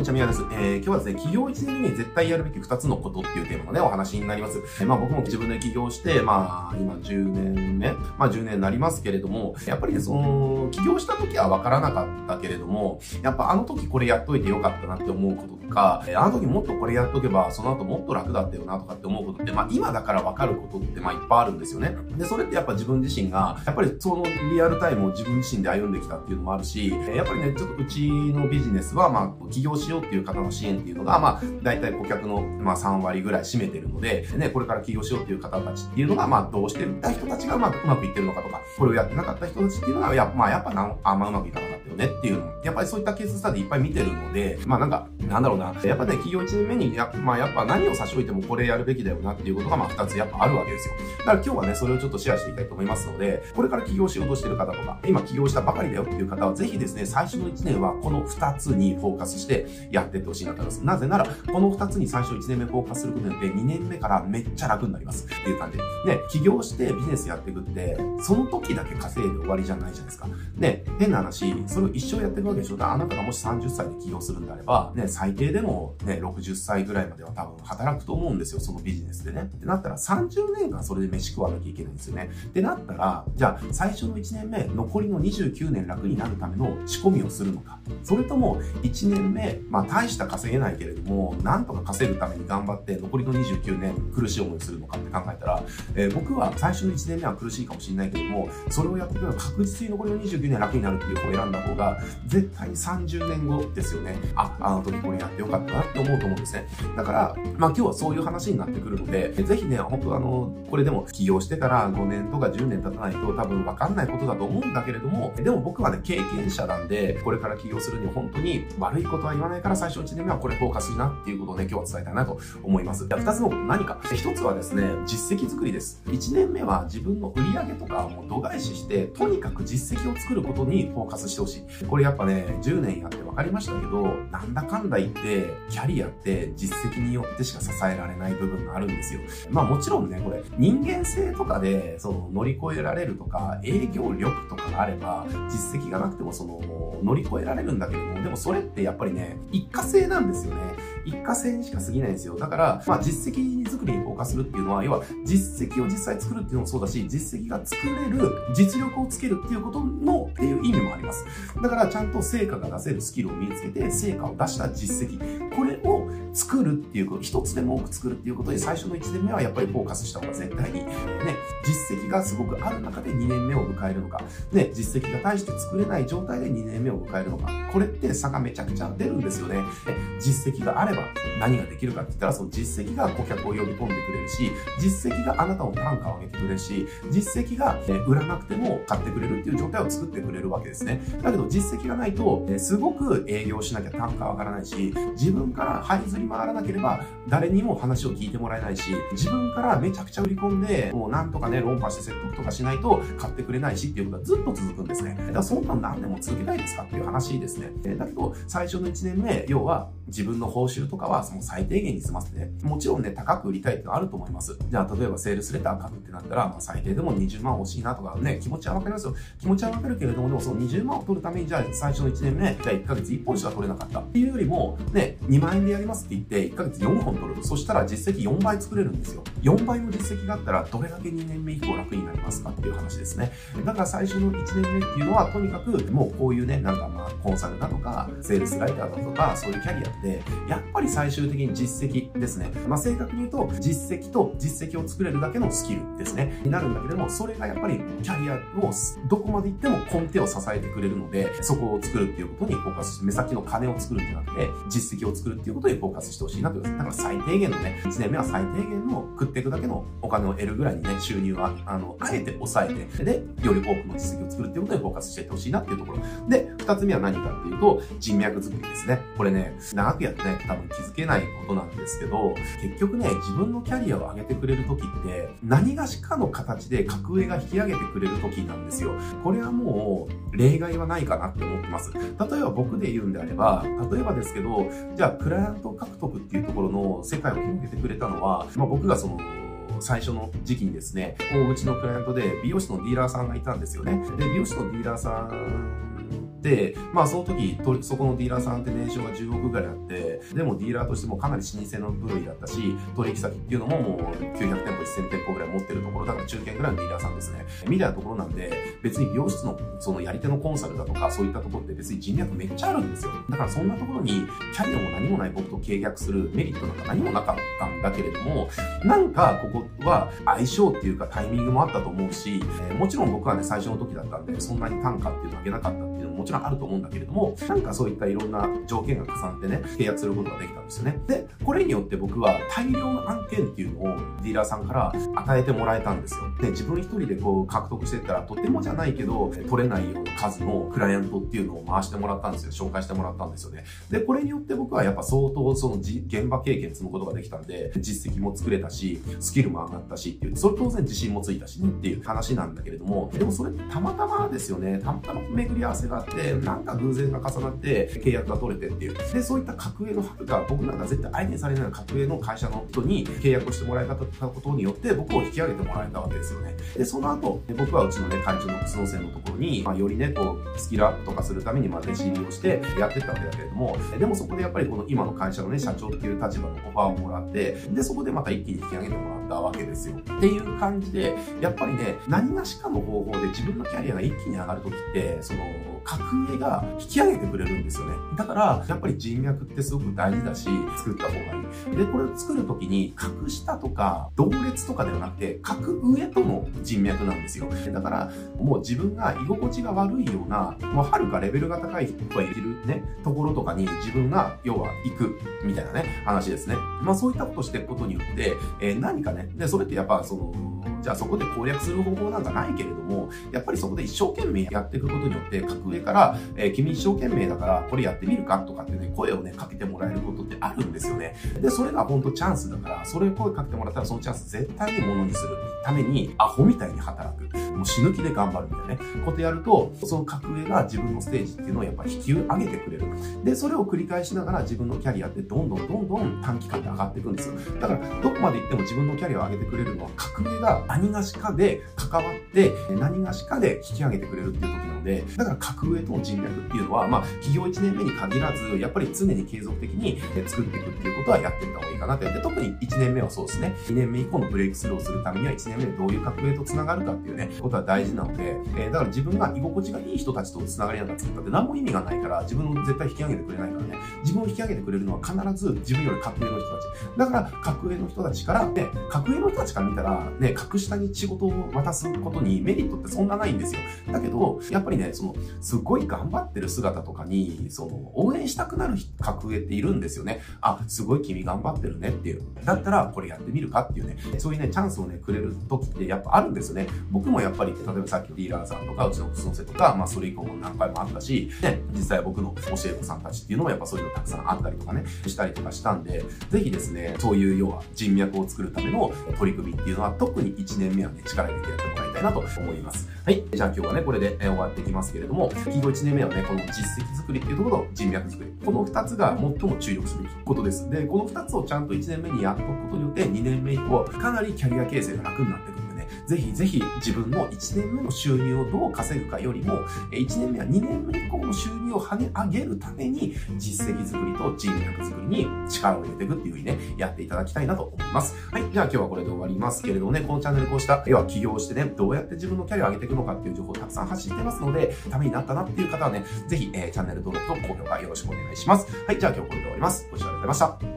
ちは、みやです。今日はですね、起業1年目に絶対やるべき2つのことっていうテーマのね、お話になります。僕も自分で起業して、今10年目10年になりますけれども、やっぱりね、起業した時は分からなかったけれども、やっぱあの時これやっといてよかったなって思うこととか、あの時もっとこれやっとけば、その後もっと楽だったよなとかって思うことって、今だから分かることっていっぱいあるんですよね。で、それってやっぱ自分自身が、やっぱりそのリアルタイムを自分自身で歩んできたっていうのもあるし、やっぱりね、ちょっとうちのビジネスは、起業しようっていう方の支援っていうのが、だいたい顧客の、3割ぐらい占めてるので、ね、これから起業しようっていう方たちっていうのが、どうしてた人たちが、うまくいってるのかとか、これをやってなかった人たちっていうのが、やっぱうまくいかなかったよねっていうのも、やっぱりそういったケーススタディいっぱい見てるので、なんだろうな、やっぱね、起業1年目に、やっぱ何を差し置いてもこれやるべきだよなっていうことが、2つやっぱあるわけですよ。だから今日はね、それをちょっとシェアしていきたいと思いますので、これから起業しようとしてる方とか、今起業したばかりだよっていう方は、ぜひですね、最初の1年はこの2つにフォーカスしてやっていってほしいなと思います。なぜなら、この2つに最初1年目フォーカスすることによって、2年目からめっちゃ楽になりますっていう感じで。ね、起業してビジネスやっていくって、その時だけ稼いで終わりじゃないじゃないですか。ね、変な話、それを一生やっていくわけでしょ。あなたがもし30歳で起業するんであれば、ね、最低でもね、60歳ぐらいまでは多分働くと思うんですよ、そのビジネスでね。ってなったら30年間それで飯食わなきゃいけないんですよね。ってなったら、じゃあ最初の1年目、残りの29年楽になるための仕込みをするのか。それとも1年目、大した稼げないけれども、なんとか稼ぐために頑張って残りの29年苦しい思いをするのかって考えたら、僕は最初の1年目は苦しいかもしれないけれども、それをやっていくのは確実に残りの29年楽になるっていう方を選んだ方が、絶対に30年後ですよね。あの時これやってよかったなって思うと思うんですね。だから、今日はそういう話になってくるので、ぜひね、本当これでも起業してから5年とか10年経たないと多分分かんないことだと思うんだけれども、でも僕はね、経験者なんで、これから起業するには本当に悪いことは言わないから最初1年目はこれフォーカスしなっていうことをね、今日は伝えたいなと思います。じゃあ2つのこと何か。1つはですね、実績作りです。1年目は自分の売り上げとかも度外視して、とにかく実績を作ることにフォーカスしてほしい。これやっぱね、10年やって分かりましたけど、なんだかんだ言って、キャリアって実績によってしか支えられない部分があるんですよ。もちろんね、これ、人間性とかで、乗り越えられるとか、営業力とかがあれば、実績がなくても乗り越えられるんだけども、でもそれってやっぱりね、一過性なんですよね。一過性にしか過ぎないんですよ。だから、実績作りにフォーカスするっていうのは、要は、実績を実際作るっていうのもそうだし、実績が作れる、実力をつけるっていうことの、っていう意味もあります。だから、ちゃんと成果が出せるスキルを身につけて、成果を出した実績。これを作るっていうこと、一つでも多く作るっていうことで、最初の1年目はやっぱりフォーカスした方が絶対に、ね、実績がすごくある中で2年目を迎えるのか、ね、実績が大して作れない状態で2年目を迎えるのか、これって差がめちゃくちゃ出るんですよね。実績があれば何ができるかって言ったら、その実績が顧客を呼び込んでくれるし、実績があなたの単価を上げてくれるし、実績が売らなくても買ってくれるっていう状態を作ってくれるわけですね。だけど実績がないと、すごく営業しなきゃ単価は上がらないし、自分から這いずり回らなければ誰にも話を聞いてもらえないし、自分からめちゃくちゃ売り込んで、もうなんとかね、論破して説得とかしないと買ってくれないしっていうことがずっと続くんですね。だからそんなの何年も続けたいですかっていう話ですね。だけど、最初の1年目、要は自分の報酬とかはもう最低限に済ませて、もちろんね、高く売りたいってのはあると思います。じゃあ、例えばセールスレター書くってなったら、最低でも20万欲しいなとかね、気持ちはわかりますよ。気持ちはわかるけれども、でもその20万を取るために、じゃあ最初の1年目、じゃあ1ヶ月1本しか取れなかったっていうよりも、ね、2万円でやりますって言って、1ヶ月4本取る。そしたら実績4倍作れるんですよ。4倍の実績があったら、どれだけ2年目以降楽になりますかっていう話ですね。だから最初の1年目っていうのは、とにかくもうこういうね、コンサルだとか、セールスライターだとか、そういうキャリアって、やっぱり最終的に実績ですね。正確に言うと、実績と実績を作れるだけのスキルですね。になるんだけれども、それがやっぱりキャリアをどこまで行っても根底を支えてくれるので、そこを作るっていうことにフォーカスして、目先の金を作るんじゃなくて、実績を作るっていうことにフォーカスしてほしいなと思います。だから最低限のね、1年目は最低限の食っていくだけのお金を得るぐらいにね、収入は、あえて抑えて、で、より多くの実績を作るっていうことにフォーカスしていってほしいなっていうところ。で、2つ目は何かっていうと、人脈作りですね。これね、長くやってないと多分気づけないことなんですけど、結局ね、自分のキャリアを上げてくれる時って、何がしかの形で格上が引き上げてくれる時なんですよ。これはもう、例外はないかなって思ってます。例えば僕で言うんであれば、例えばですけど、じゃあ、クライアント獲得っていうところの世界を広げてくれたのは、僕が最初の時期にですね、大口のクライアントで美容師のディーラーさんがいたんですよね。で、美容師のディーラーさんで、まあその時、そこのディーラーさんって年商が10億ぐらいあって、でもディーラーとしてもかなり老舗の部類だったし、取引先っていうのももう900店舗、1000店舗ぐらい持ってるところ、だから中堅ぐらいのディーラーさんですね。みたいなところなんで、別に美容室のそのやり手のコンサルだとか、そういったところって別に人脈めっちゃあるんですよ。だからそんなところに、キャリアも何もない僕と契約するメリットなんか何もなかったんだけれども、なんかここは相性っていうかタイミングもあったと思うし、もちろん僕はね、最初の時だったんで、そんなに単価っていうのを上げなかったっていうのももちろんあると思うんだけれども、なんかそういったいろんな条件が重なってね、契約することができたんですよね。で、これによって僕は大量の案件っていうのをディーラーさんから与えてもらえたんですよ。で、自分一人でこう獲得していったらとてもじゃないけど、取れないような数のクライアントっていうのを回してもらったんですよ。紹介してもらったんですよね。で、これによって僕はやっぱ相当その現場経験積むことができたんで、実績も作れたし、スキルも上がったしっていう、それ当然自信もついたしねっていう話なんだけれども、でもそれってたまたまですよね。たまたま巡り合わせがあって、なんか偶然が重なって契約が取れてっていう。で、そういった格上のはるか、僕なんか絶対相手にされない格上の会社の人に契約をしてもらえたことによって、僕を引き上げてもらえたわけですよね。で、その後、僕はうちのね、会長の楠野線のところに、よりね、こう、スキルアップとかするために、弟子入りをしてやってったわけだけれども、でもそこでやっぱりこの今の会社のね、社長っていう立場のオファーをもらって、で、そこでまた一気に引き上げてもらったわけですよ。っていう感じで、やっぱりね、何がしかの方法で自分のキャリアが一気に上がるときって、格上が引き上げてくれるんですよね。だから、やっぱり人脈ってすごく大事だし、作った方がいい。で、これを作るときに、格下とか、同列とかではなくて、格上との人脈なんですよ。だから、もう自分が居心地が悪いような、もうはるかレベルが高い人がいるね、ところとかに自分が、要は行く、みたいなね、話ですね。そういったことをしていくことによって、何かね、で、それってやっぱ、じゃあそこで攻略する方法なんかないけれども、やっぱりそこで一生懸命やっていくことによって、格上から、君一生懸命だからこれやってみるかとかってね、声をね、かけてもらえることってあるんですよね。で、それが本当チャンスだから、それを声かけてもらったらそのチャンス絶対にものにするために、アホみたいに働く。もう死ぬ気で頑張るみたいなね、ことやると、その格上が自分のステージっていうのをやっぱり引き上げてくれる。で、それを繰り返しながら自分のキャリアってどんどん短期間で上がっていくんですよ。だから、どこまで行っても自分のキャリアを上げてくれるのは、格上が何がしかで関わって、何がしかで引き上げてくれるっていう時なので、だから格上との人脈っていうのは、企業1年目に限らず、やっぱり常に継続的に作っていくっていうことはやってみた方がいいかなって。で、特に1年目はそうですね。2年目以降のブレイクスルーをするためには1年目でどういう格上と繋がるかっていうね、ことは大事なので、だから自分が居心地がいい人たちと繋がりながら作ったって何も意味がないから、自分を絶対引き上げてくれないからね。自分を引き上げてくれるのは必ず自分より格上の人たち。だから、格上の人たちから、ね、格上の人たちから見たら、ね、格下に仕事を渡すことにメリットってそんなないんですよ。だけど、やっぱりね、すごい頑張ってる姿とかに、応援したくなる格上っているんですよね。あ、すごい君頑張ってるねっていう。だったら、これやってみるかっていうね、そういうね、チャンスをね、くれる時ってやっぱあるんですよね。僕もやっぱり、例えばさっきのディーラーさんとか、うちの楠瀬とか、それ以降も何回もあったし、ね、実際僕の教え子さんたちっていうのもやっぱそういうのたくさんあったりとかね、したりとかしたんで、ぜひですね、そういう要は人脈を作るための取り組みっていうのは、特に1年目はね、力入れてやってもらいたいなと思います。はい。じゃあ今日はね、これで終わっていきますけれども、企業1年目はね、この実績作りっていうところと人脈作り。この2つが最も注力すべきことです。で、この2つをちゃんと1年目にやっておくことによって、2年目以降、かなりキャリア形成が楽になってくるんでね、ぜひぜひ自分の1年目の収入をどう稼ぐかよりも、1年目は2年目以降の収入を跳ね上げるために、実績作りと人脈作りに力を入れていくっていう風にね、やっていただきたいなと思います。はい。じゃあ今日はこれで終わりますけれどもね、このチャンネルこうした、要は起業してね、どうやって自分のキャリアを上げていくのかっていう情報をたくさん発信してますので、ためになったなっていう方はね、ぜひ、チャンネル登録と高評価よろしくお願いします。はい。じゃあ今日はこれで終わります。ご視聴ありがとうございました。